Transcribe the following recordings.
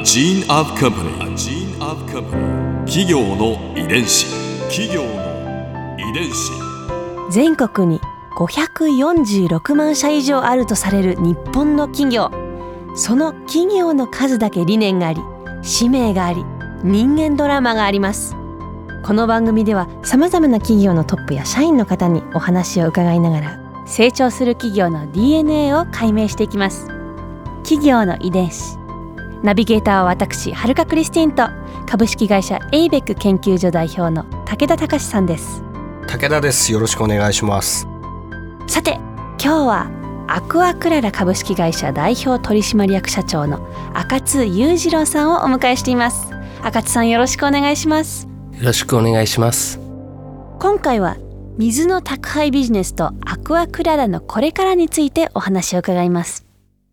gene of company. A gene of company. 企業の遺伝子。企業の遺伝子。 全国に546万社以上あるとされる日本の企業。その企業の数だけ理念があり、使命があり、人間ドラマがあります。この番組ではさまざまな企業のトップや社員の方にお話を伺いながら、成長する企業の DNA を解明していきます。企業の遺伝子。ナビゲーターは私、はるかクリスティンと株式会社エイベック研究所代表の武田隆さんです。 武田です。よろしくお願いします。 さて、今日はアクアクララ株式会社代表取締役社長の赤津裕次郎さんをお迎えしています。赤津さん、よろしくお願いします。 よろしくお願いします。 今回は水の宅配ビジネスとアクアクララのこれからについてお話を伺います。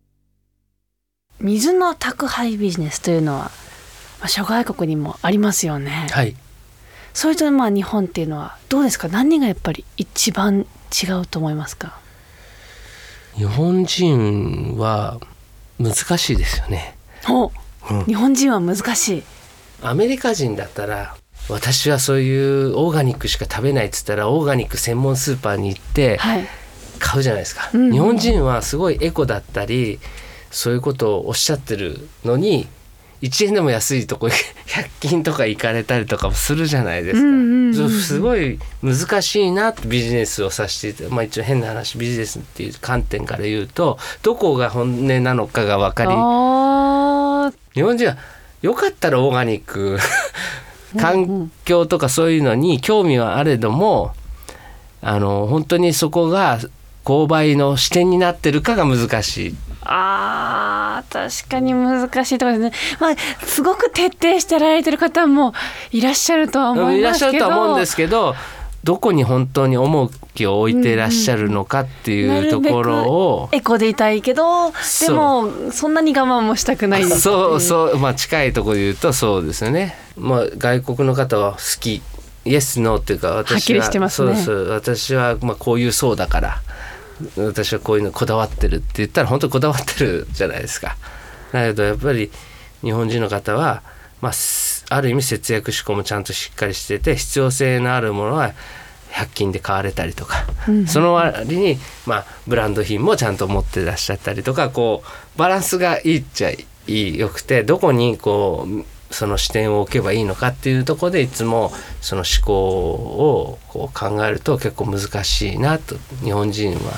水の宅配ビジネスというのは、諸外国にもありますよね。 はい。 それと日本っていうのはどうですか？何がやっぱり一番違うと思いますか？ 日本人は難しいですよね。 日本人は難しい。 アメリカ人だったら、私はそういうオーガニックしか食べないっつったらオーガニック専門スーパーに行って買うじゃないですか、日本人はすごいエコだったりそういうことをおっしゃってるのに、1円でも安いとこ100均とか行かれたりとかもするじゃないですか、すごい難しいなってビジネスをさせていて、一応変な話、ビジネスっていう観点から言うとどこが本音なのかが分かり、日本人はよかったらオーガニック環境とかそういうのに興味はあれども、本当にそこが購買の視点になってるかが難しい。 確かに難しいところですね。すごく徹底してられてる方もいらっしゃるとは思いますけど、 いらっしゃるとは思うんですけど、どこに本当に重きを置いていらっしゃるのかっていうところを、 エコでいたいけどでもそんなに我慢もしたくないです。 近いところで言うとそうですよね。外国の方は好き、イエスノーっていうか、私ははっきりしてますね。私はこういう層だから、私はこういうのこだわってるって言ったら本当にこだわってるじゃないですか。だけどやっぱり日本人の方は、ある意味節約志向もちゃんとしっかりしてて、必要性のあるものは100均で買われたりとか、その割に、ブランド品もちゃんと持ってらっしゃったりとか、バランスがいいっちゃいいよくて、どこにその視点を置けばいいのかっていうところでいつもその思考を考えると結構難しいなと、日本人は。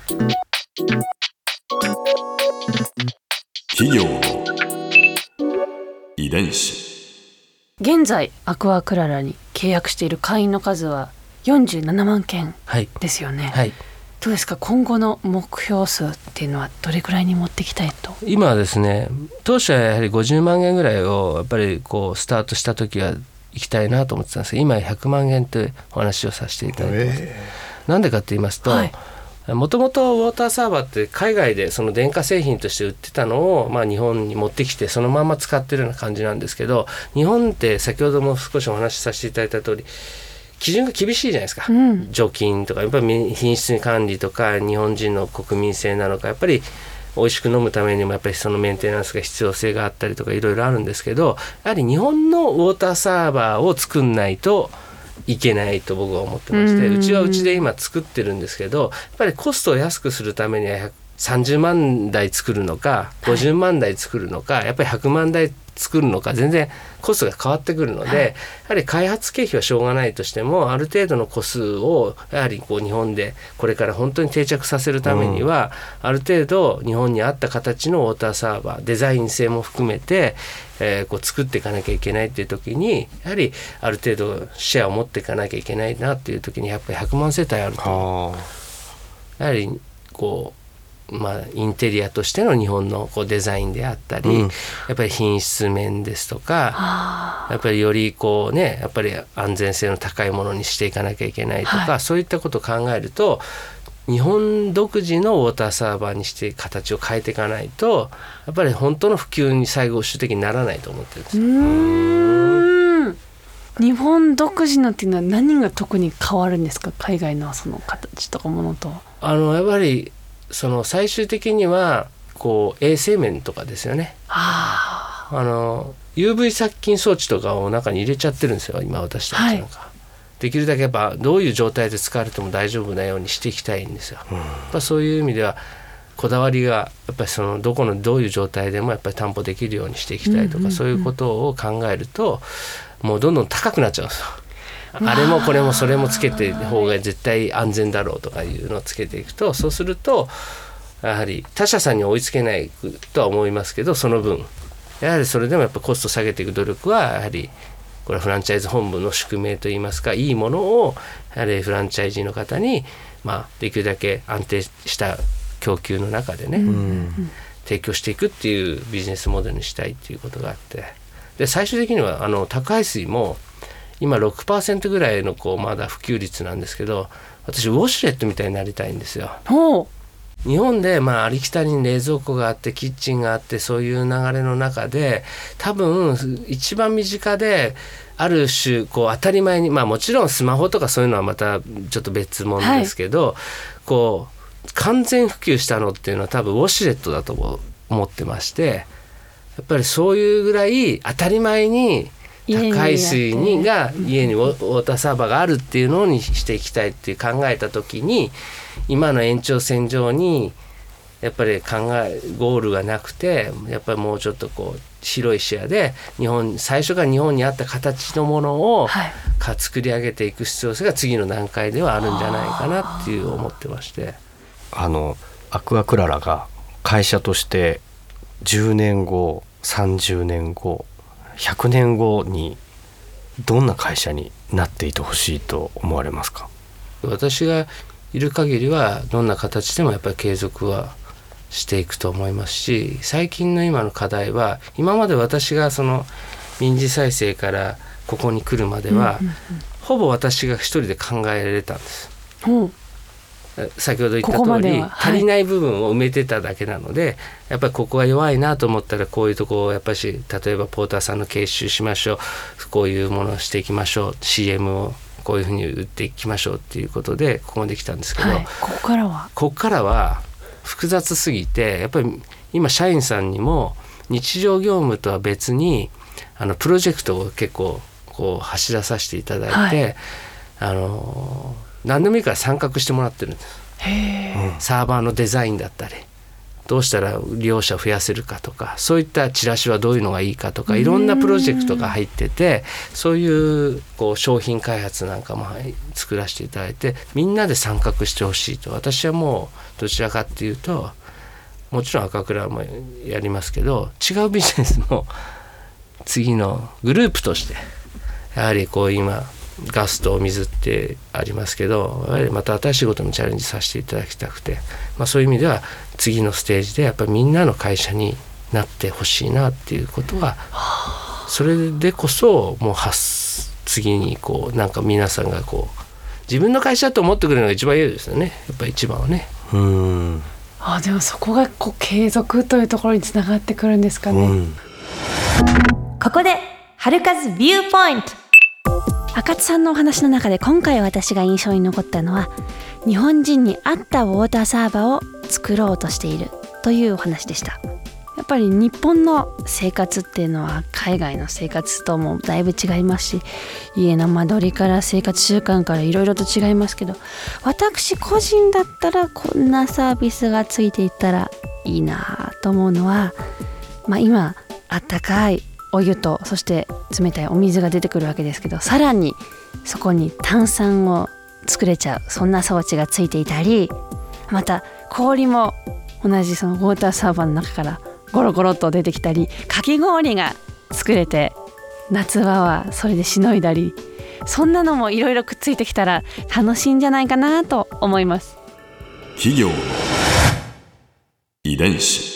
企業の遺伝子。 現在アクアクララに契約している会員の数は47万件ですよね。どうですか、今後の目標数っていうのはどれくらいに持っていきたいと？ 今はですね、当初はやはり50万件ぐらいをやっぱりスタートした時は行きたいなと思ってたんですが、今100万件というお話をさせていただいてます。なんでかって言いますと、もともとウォーターサーバーって海外でその電化製品として売ってたのを、日本に持ってきてそのまま使ってるような感じなんですけど、日本って先ほども少しお話しさせていただいた通り基準が厳しいじゃないですか、除菌とかやっぱり品質管理とか、日本人の国民性なのか、やっぱり美味しく飲むためにもやっぱりそのメンテナンスが必要性があったりとかいろいろあるんですけど、やはり日本のウォーターサーバーを作んないといけないと僕は思ってまして、うちはうちで今作ってるんですけど、やっぱりコストを安くするためには30万台作るのか50万台作るのか、やっぱり100万台作るのか、全然コストが変わってくるので、やはり開発経費はしょうがないとしても、ある程度の個数をやはり日本でこれから本当に定着させるためには、ある程度日本に合った形のウォーターサーバー、デザイン性も含めて作っていかなきゃいけないっていう時に、やはりある程度シェアを持っていかなきゃいけないなっていう時に、やっぱり100万世帯あると、やはりインテリアとしての日本のデザインであったり、やっぱり品質面ですとか、やっぱりよりやっぱり安全性の高いものにしていかなきゃいけないとか、そういったことを考えると日本独自のウォーターサーバーにして形を変えていかないと、やっぱり本当の普及に最後主的にならないと思ってるんですよ。 日本独自のっていうのは何が特に変わるんですか？海外のその形とかものと。 やっぱりその最終的には衛生面とかですよね。 UV 殺菌装置とかを中に入れちゃってるんですよ今私たちなんか、できるだけやっぱどういう状態で使われても大丈夫なようにしていきたいんですよ、やっぱそういう意味ではこだわりがやっぱりそのどこのどういう状態でもやっぱり担保できるようにしていきたいとか、そういうことを考えるともうどんどん高くなっちゃうんですよ。あれもこれもそれもつけて方が絶対安全だろうとかいうのをつけていくと、そうするとやはり他社さんに追いつけないとは思いますけど、その分やはりそれでもやっぱコスト下げていく努力はやはりこれはフランチャイズ本部の宿命といいますか、いいものをやはりフランチャイズの方にできるだけ安定した供給の中でね、提供していくっていうビジネスモデルにしたいっていうことがあって、で最終的には宅配水も今 6% ぐらいのまだ普及率なんですけど、私ウォシュレットみたいになりたいんですよ。日本でありきたりに冷蔵庫があってキッチンがあって、そういう流れの中で多分一番身近である種当たり前に、もちろんスマホとかそういうのはまたちょっと別物ですけど、完全普及したのっていうのは多分ウォシュレットだと思ってまして、やっぱりそういうぐらい当たり前に宅配水が家にウォーターサーバーがあるっていうのにしていきたいっていう考えた時に、今の延長線上にやっぱりゴールがなくて、やっぱりもうちょっと広い視野で最初から日本にあった形のものを作り上げていく必要性が次の段階ではあるんじゃないかなっていう思ってまして、 アクアクララが会社として10年後30年後100年後にどんな会社になっていてほしいと思われますか？ 私がいる限りはどんな形でもやっぱり継続はしていくと思いますし、最近の今の課題は、今まで私がその民事再生からここに来るまでは、ほぼ私が一人で考えられたんです。先ほど言った通り足りない部分を埋めてただけなので、やっぱりここが弱いなと思ったらこういうとこをやっぱり例えばポーターさんの研修しましょう、こういうものをしていきましょう、 CM をこういうふうに売っていきましょうっていうことでここまで来たんですけど、 ここからは複雑すぎて、やっぱり今社員さんにも日常業務とは別にプロジェクトを結構走らさせていただいて、何でもいいから参画してもらってるんです。サーバーのデザインだったり、どうしたら利用者を増やせるかとか、そういったチラシはどういうのがいいかとか、いろんなプロジェクトが入ってて、そういう商品開発なんかも作らせていただいて、みんなで参画してほしいと。私はもうどちらかっていうと、もちろん赤倉もやりますけど、違うビジネスも次のグループとして、やはり今ガスとお水ってありますけど、やはりまた新しいことにチャレンジさせていただきたくて、そういう意味では次のステージでやっぱりみんなの会社になってほしいなっていうことは、それでこそもう次になんか皆さんが自分の会社と思ってくれるのが一番いいですよね。やっぱり一番はね。 でもそこが継続というところにつながってくるんですかね。ここで春風ビューポイント。赤津さんのお話の中で今回私が印象に残ったのは、日本人に合ったウォーターサーバーを作ろうとしているというお話でした。やっぱり日本の生活っていうのは海外の生活ともだいぶ違いますし、家の間取りから生活習慣からいろいろと違いますけど、私個人だったらこんなサービスがついていったらいいなと思うのは、今あったかいお湯とそして冷たいお水が出てくるわけですけど、さらにそこに炭酸を作れちゃう、そんな装置がついていたり、また氷も同じそのウォーターサーバーの中からゴロゴロと出てきたり、かき氷が作れて夏場はそれでしのいだり、そんなのもいろいろくっついてきたら楽しいんじゃないかなと思います。 企業の遺伝子。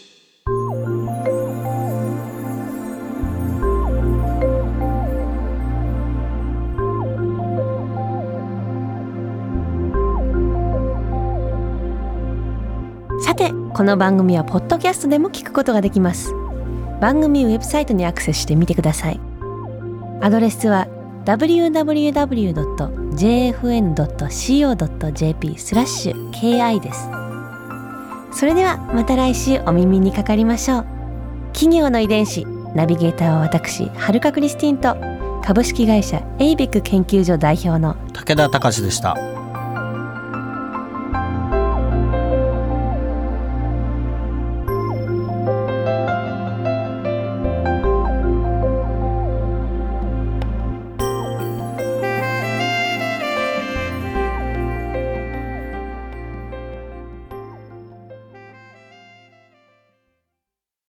さて、この番組はポッドキャストでも聞くことができます。番組ウェブサイトにアクセスしてみてください。アドレスは www.jfn.co.jp/ki です。それではまた来週お耳にかかりましょう。企業の遺伝子、 ナビゲーターは私はるかクリスティンと株式会社エイベック研究所代表の武田隆でした。